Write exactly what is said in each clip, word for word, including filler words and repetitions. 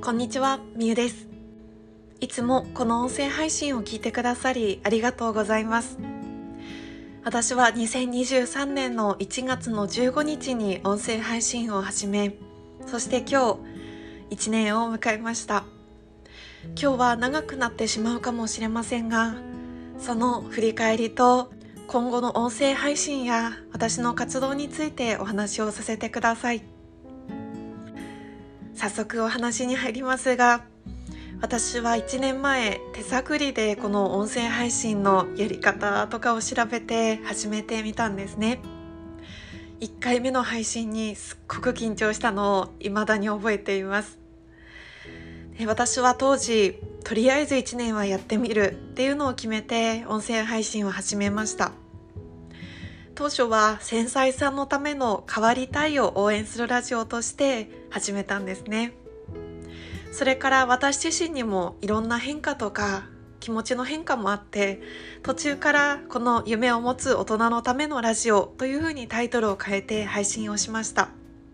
こんにちは、みゆです。いつもこの音声配信を聞いてくださりありがとうございます。私はにせんにじゅうさんねんのいちがつのじゅうごにちに音声配信を始め、そして今日いちねんを迎えました。今日は長くなってしまうかもしれませんが、その振り返りと今後の音声配信や私の活動についてお話をさせてください。早速お話に入りますが、私はいちねんまえ手探りでこの音声配信のやり方とかを調べて始めてみたんですね。いっかいめの配信にすっごく緊張したのを未だに覚えています。で私は当時とりあえずいちねんはやってみるっていうのを決めて音声配信を始めました。当初は繊細さんのための変わりたいを応援するラジオとして始めたんですね。それから私自身にもいろんな変化とか気持ちの変化もあって、途中からこの夢を持つ大人のためのラジオというふうにタイトルを変えて配信をしました。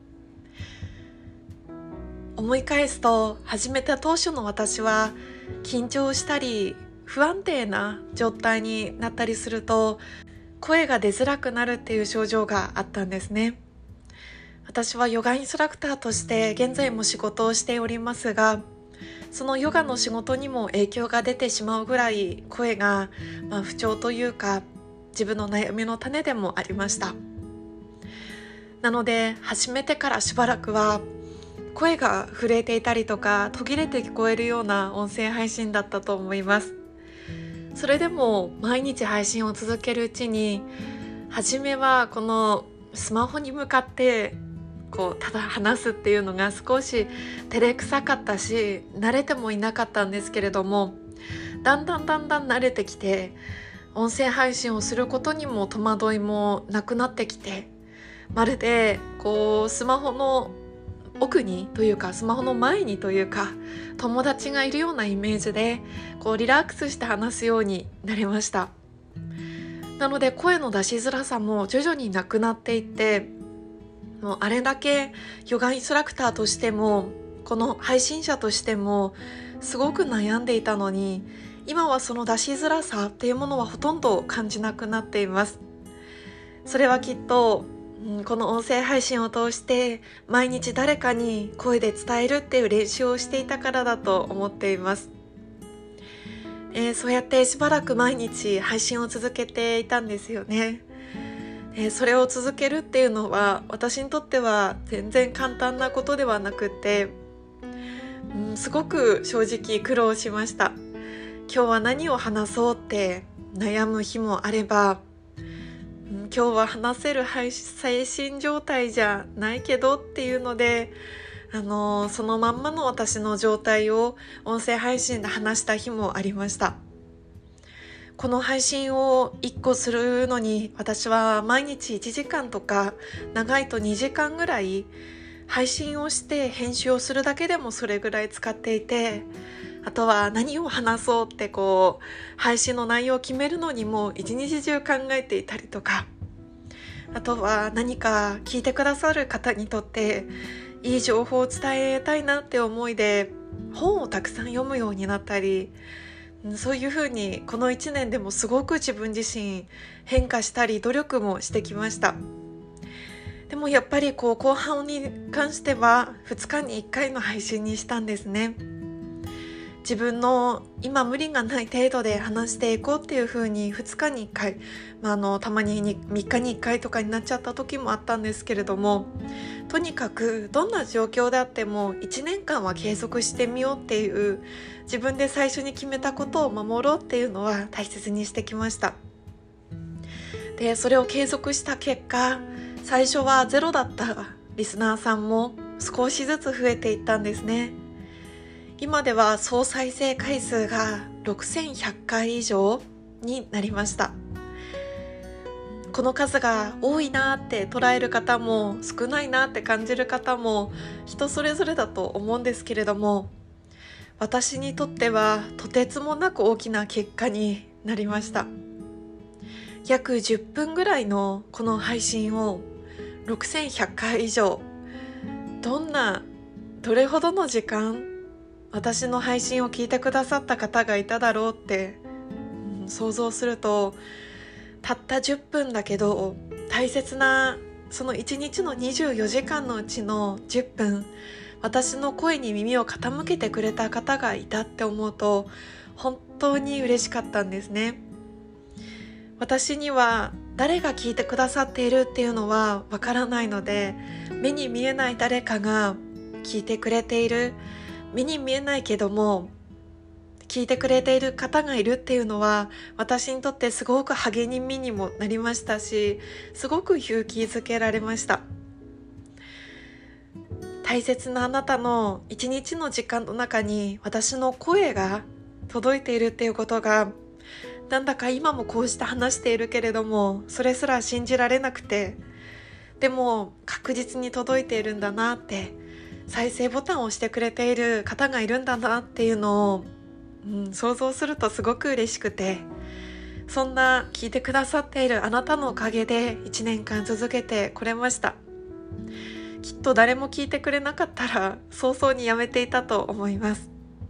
思い返すと、始めた当初の私は緊張したり不安定な状態になったりすると声が出づらくなるっていう症状があったんですね。私はヨガインストラクターとして現在も仕事をしておりますが、そのヨガの仕事にも影響が出てしまうぐらい声が、まあ、不調というか自分の悩みの種でもありました。なので始めてからしばらくは声が震えていたりとか途切れて聞こえるような音声配信だったと思います。それでも毎日配信を続けるうちに、初めはこのスマホに向かってこうただ話すっていうのが少し照れくさかったし、慣れてもいなかったんですけれども、だんだんだんだん慣れてきて、音声配信をすることにも戸惑いもなくなってきて、まるでこうスマホの奥にというかスマホの前にというか友達がいるようなイメージでこうリラックスして話すようになりました。なので声の出しづらさも徐々になくなっていって、もうあれだけヨガインストラクターとしてもこの配信者としてもすごく悩んでいたのに、今はその出しづらさっていうものはほとんど感じなくなっています。それはきっとこの音声配信を通して毎日誰かに声で伝えるっていう練習をしていたからだと思っています。えー、そうやってしばらく毎日配信を続けていたんですよね。えー、それを続けるっていうのは私にとっては全然簡単なことではなくて、うん、すごく正直苦労しました。今日は何を話そうって悩む日もあれば、今日は話せる精神状態じゃないけどっていうので、あのー、そのまんまの私の状態を音声配信で話した日もありました。この配信をいっこするのに私は毎日いちじかんとか長いとにじかんぐらい配信をして編集をするだけでもそれぐらい使っていて、あとは何を話そうってこう配信の内容を決めるのにも一日中考えていたりとか、あとは何か聞いてくださる方にとっていい情報を伝えたいなって思いで本をたくさん読むようになったり、そういうふうにこのいちねんでもすごく自分自身変化したり努力もしてきました。でもやっぱりこう後半に関してはふつかにいっかいの配信にしたんですね。自分の今無理がない程度で話していこうっていう風にふつかにいっかい、まあ、あのたまにみっかにいっかいとかになっちゃった時もあったんですけれども、とにかくどんな状況であってもいちねんかんは継続してみようっていう自分で最初に決めたことを守ろうっていうのは大切にしてきました。で、それを継続した結果、最初はゼロだったリスナーさんも少しずつ増えていったんですね。今では総再生回数がろくせんひゃっかい以上になりました。この数が多いなって捉える方も少ないなって感じる方も人それぞれだと思うんですけれども、私にとってはとてつもなく大きな結果になりました。約じゅっぷんぐらいのこの配信をろくせんひゃっかい以上、どんなどれほどの時間私の配信を聞いてくださった方がいただろうって、うん、想像すると、たったじゅっぷんだけど大切なそのいちにちのにじゅうよじかんのうちのじゅっぷん、私の声に耳を傾けてくれた方がいたって思うと本当に嬉しかったんですね。私には誰が聞いてくださっているっていうのはわからないので、目に見えない誰かが聞いてくれている、目に見えないけども聞いてくれている方がいるっていうのは、私にとってすごく励みにもなりましたし、すごく勇気づけられました。大切なあなたの一日の時間の中に私の声が届いているっていうことが、なんだか今もこうして話しているけれどもそれすら信じられなくて、でも確実に届いているんだなって、再生ボタンを押してくれている方がいるんだなっていうのを、うん、想像するとすごく嬉しくて、そんな聞いてくださっているあなたのおかげでいちねんかん続けてこれました。きっと誰も聞いてくれなかったら早々にやめていたと思います。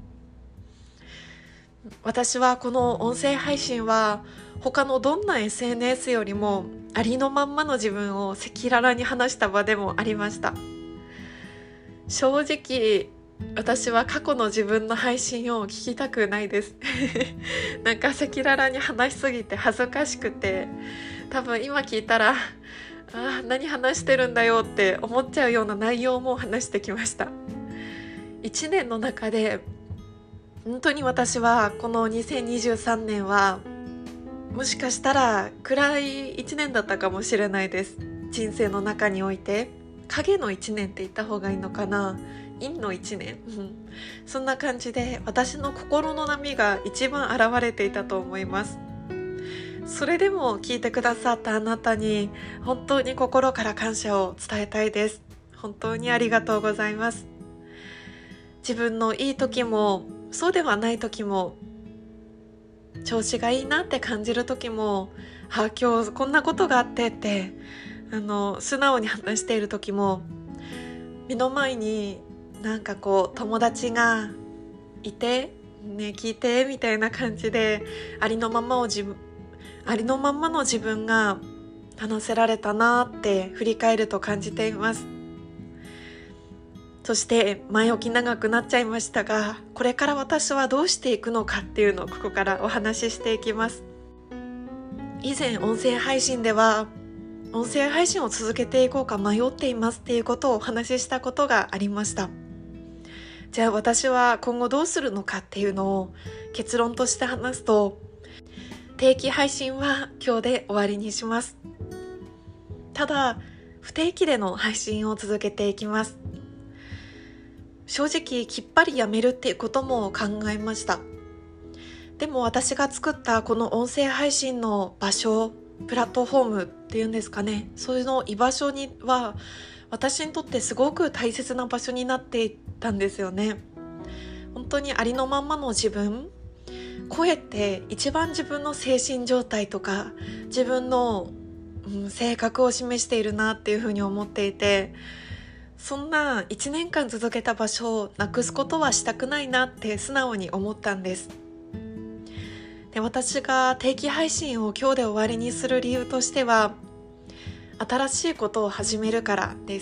私はこの音声配信は他のどんな エスエヌエス よりもありのまんまの自分を赤裸々に話した場でもありました。正直私は過去の自分の配信を聞きたくないですなんか赤裸々に話しすぎて恥ずかしくて、多分今聞いたらあー何話してるんだよって思っちゃうような内容も話してきました。いちねんの中で本当に私はこのにせんにじゅうさんねんはもしかしたら暗いいちねんだったかもしれないです。人生の中において影のいちねんって言った方がいいのかな、陰のいちねんそんな感じで私の心の波が一番現れていたと思います。それでも聞いてくださったあなたに本当に心から感謝を伝えたいです。本当にありがとうございます。自分のいい時もそうではない時も、調子がいいなって感じる時も、あ今日こんなことがあってってあの素直に話している時も、目の前になんかこう友達がいてね、聞いてみたいな感じでありのままを自分ありのままの自分が話せられたなって振り返ると感じています。そして前置き長くなっちゃいましたが、これから私はどうしていくのかっていうのをここからお話ししていきます。以前音声配信では音声配信を続けていこうか迷っていますっていうことをお話ししたことがありました。じゃあ私は今後どうするのかっていうのを結論として話すと、定期配信は今日で終わりにします。ただ不定期での配信を続けていきます。正直きっぱりやめるっていうことも考えました。でも私が作ったこの音声配信の場所、プラットフォームっていうんですかね、そういうの居場所には私にとってすごく大切な場所になっていったんですよね。本当にありのまんまの自分、声って一番自分の精神状態とか自分の、うん、性格を示しているなっていうふうに思っていて、そんないちねんかん続けた場所をなくすことはしたくないなって素直に思ったんです。で、私が定期配信を今日で終わりにする理由としては、新しいことを始めるからです。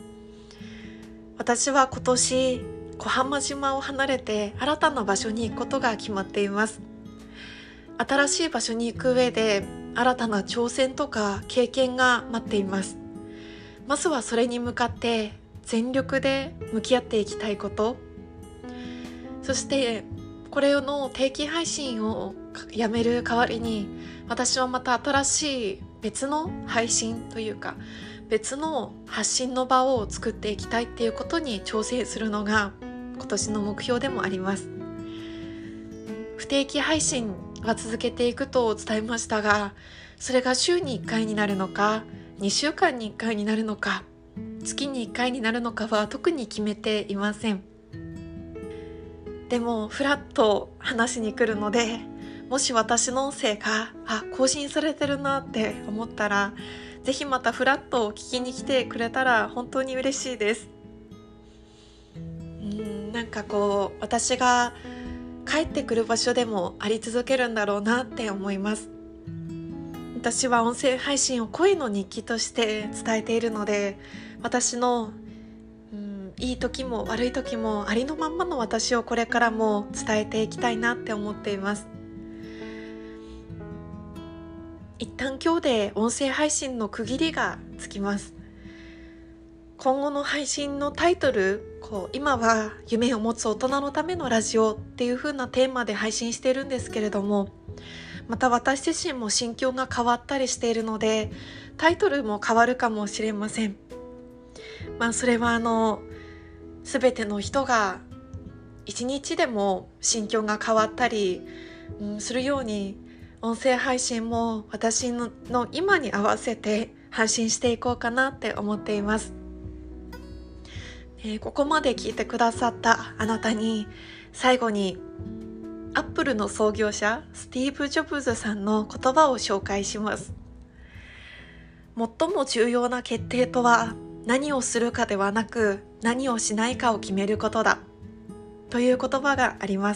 私は今年小浜島を離れて新たな場所に行くことが決まっています。新しい場所に行く上で新たな挑戦とか経験が待っています。まずはそれに向かって全力で向き合っていきたいこと、そしてこれの定期配信をやめる代わりに、私はまた新しい別の配信というか別の発信の場を作っていきたいっていうことに挑戦するのが今年の目標でもあります。不定期配信は続けていくと伝えましたが、それが週にいっかいになるのかにしゅうかんにいっかいになるのか月にいっかいになるのかは特に決めていません。でもフラッと話しに来るので、もし私の音声があ更新されてるなって思ったら、ぜひまたフラッと聞きに来てくれたら本当に嬉しいです。 んなんかこう私が帰ってくる場所でもあり続けるんだろうなって思います。私は音声配信を声の日記として伝えているので、私のうんいい時も悪い時もありのまんまの私をこれからも伝えていきたいなって思っています。一旦今日で音声配信の区切りがつきます。今後の配信のタイトル、こう今は夢を持つ大人のためのラジオっていう風なテーマで配信しているんですけれども、また私自身も心境が変わったりしているので、タイトルも変わるかもしれません。まあそれはあの全ての人が一日でも心境が変わったり、うん、するように、音声配信も私のの今に合わせて配信していこうかなって思っています。えー、ここまで聞いてくださったあなたに、最後にアップルの創業者スティーブ・ジョブズさんの言葉を紹介します。最も重要な決定とは、何をするかではなく何をしないかを決めることだという言葉があります。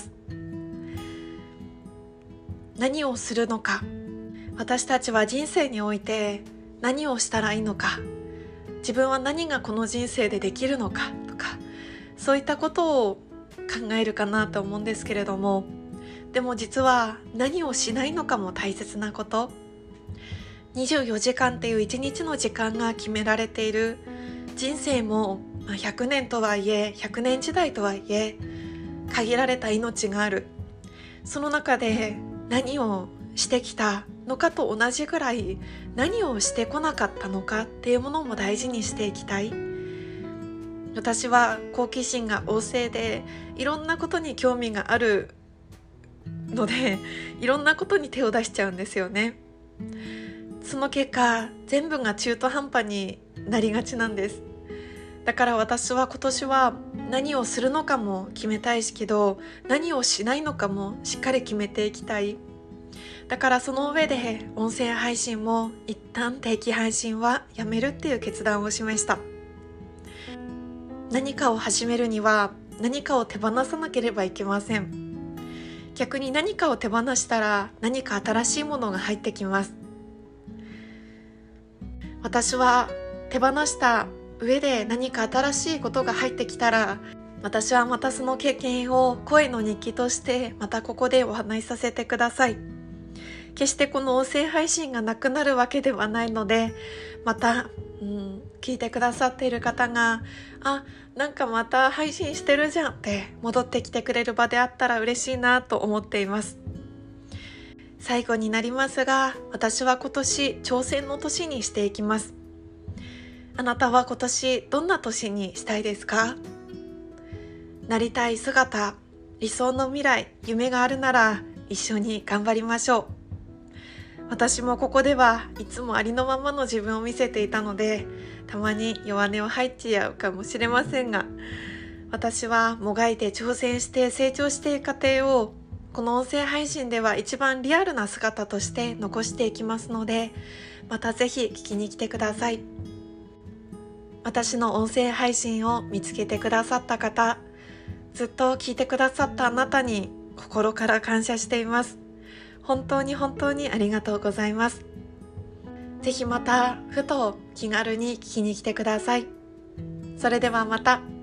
何をするのか、私たちは人生において何をしたらいいのか、自分は何がこの人生でできるのかとか、そういったことを考えるかなと思うんですけれども、でも実は何をしないのかも大切なこと。にじゅうよじかんっていう一日の時間が決められている。人生もひゃくねんとはいえ、ひゃくねん時代とはいえ、限られた命がある。その中で何をしてきたのかと同じぐらい、何をしてこなかったのかっていうものも大事にしていきたい。私は好奇心が旺盛で、いろんなことに興味があるので、いろんなことに手を出しちゃうんですよね。その結果、全部が中途半端になりがちなんです。だから私は今年は何をするのかも決めたいしけど、何をしないのかもしっかり決めていきたい。だからその上で音声配信も一旦定期配信はやめるっていう決断をしました。何かを始めるには何かを手放さなければいけません。逆に何かを手放したら何か新しいものが入ってきます。私は手放した上で何か新しいことが入ってきたら、私はまたその経験を声の日記としてまたここでお話しさせてください。決してこの音声配信がなくなるわけではないので、また、うん、聞いてくださっている方が、あ、なんかまた配信してるじゃんって戻ってきてくれる場であったら嬉しいなと思っています。最後になりますが、私は今年挑戦の年にしていきます。あなたは今年どんな年にしたいですか？なりたい姿、理想の未来、夢があるなら一緒に頑張りましょう。私もここではいつもありのままの自分を見せていたので、たまに弱音を吐いちゃうかもしれませんが、私はもがいて挑戦して成長していく過程をこの音声配信では一番リアルな姿として残していきますので、またぜひ聞きに来てください。私の音声配信を見つけてくださった方、ずっと聞いてくださったあなたに心から感謝しています。本当に本当にありがとうございます。ぜひまたふと気軽に聞きに来てください。それではまた。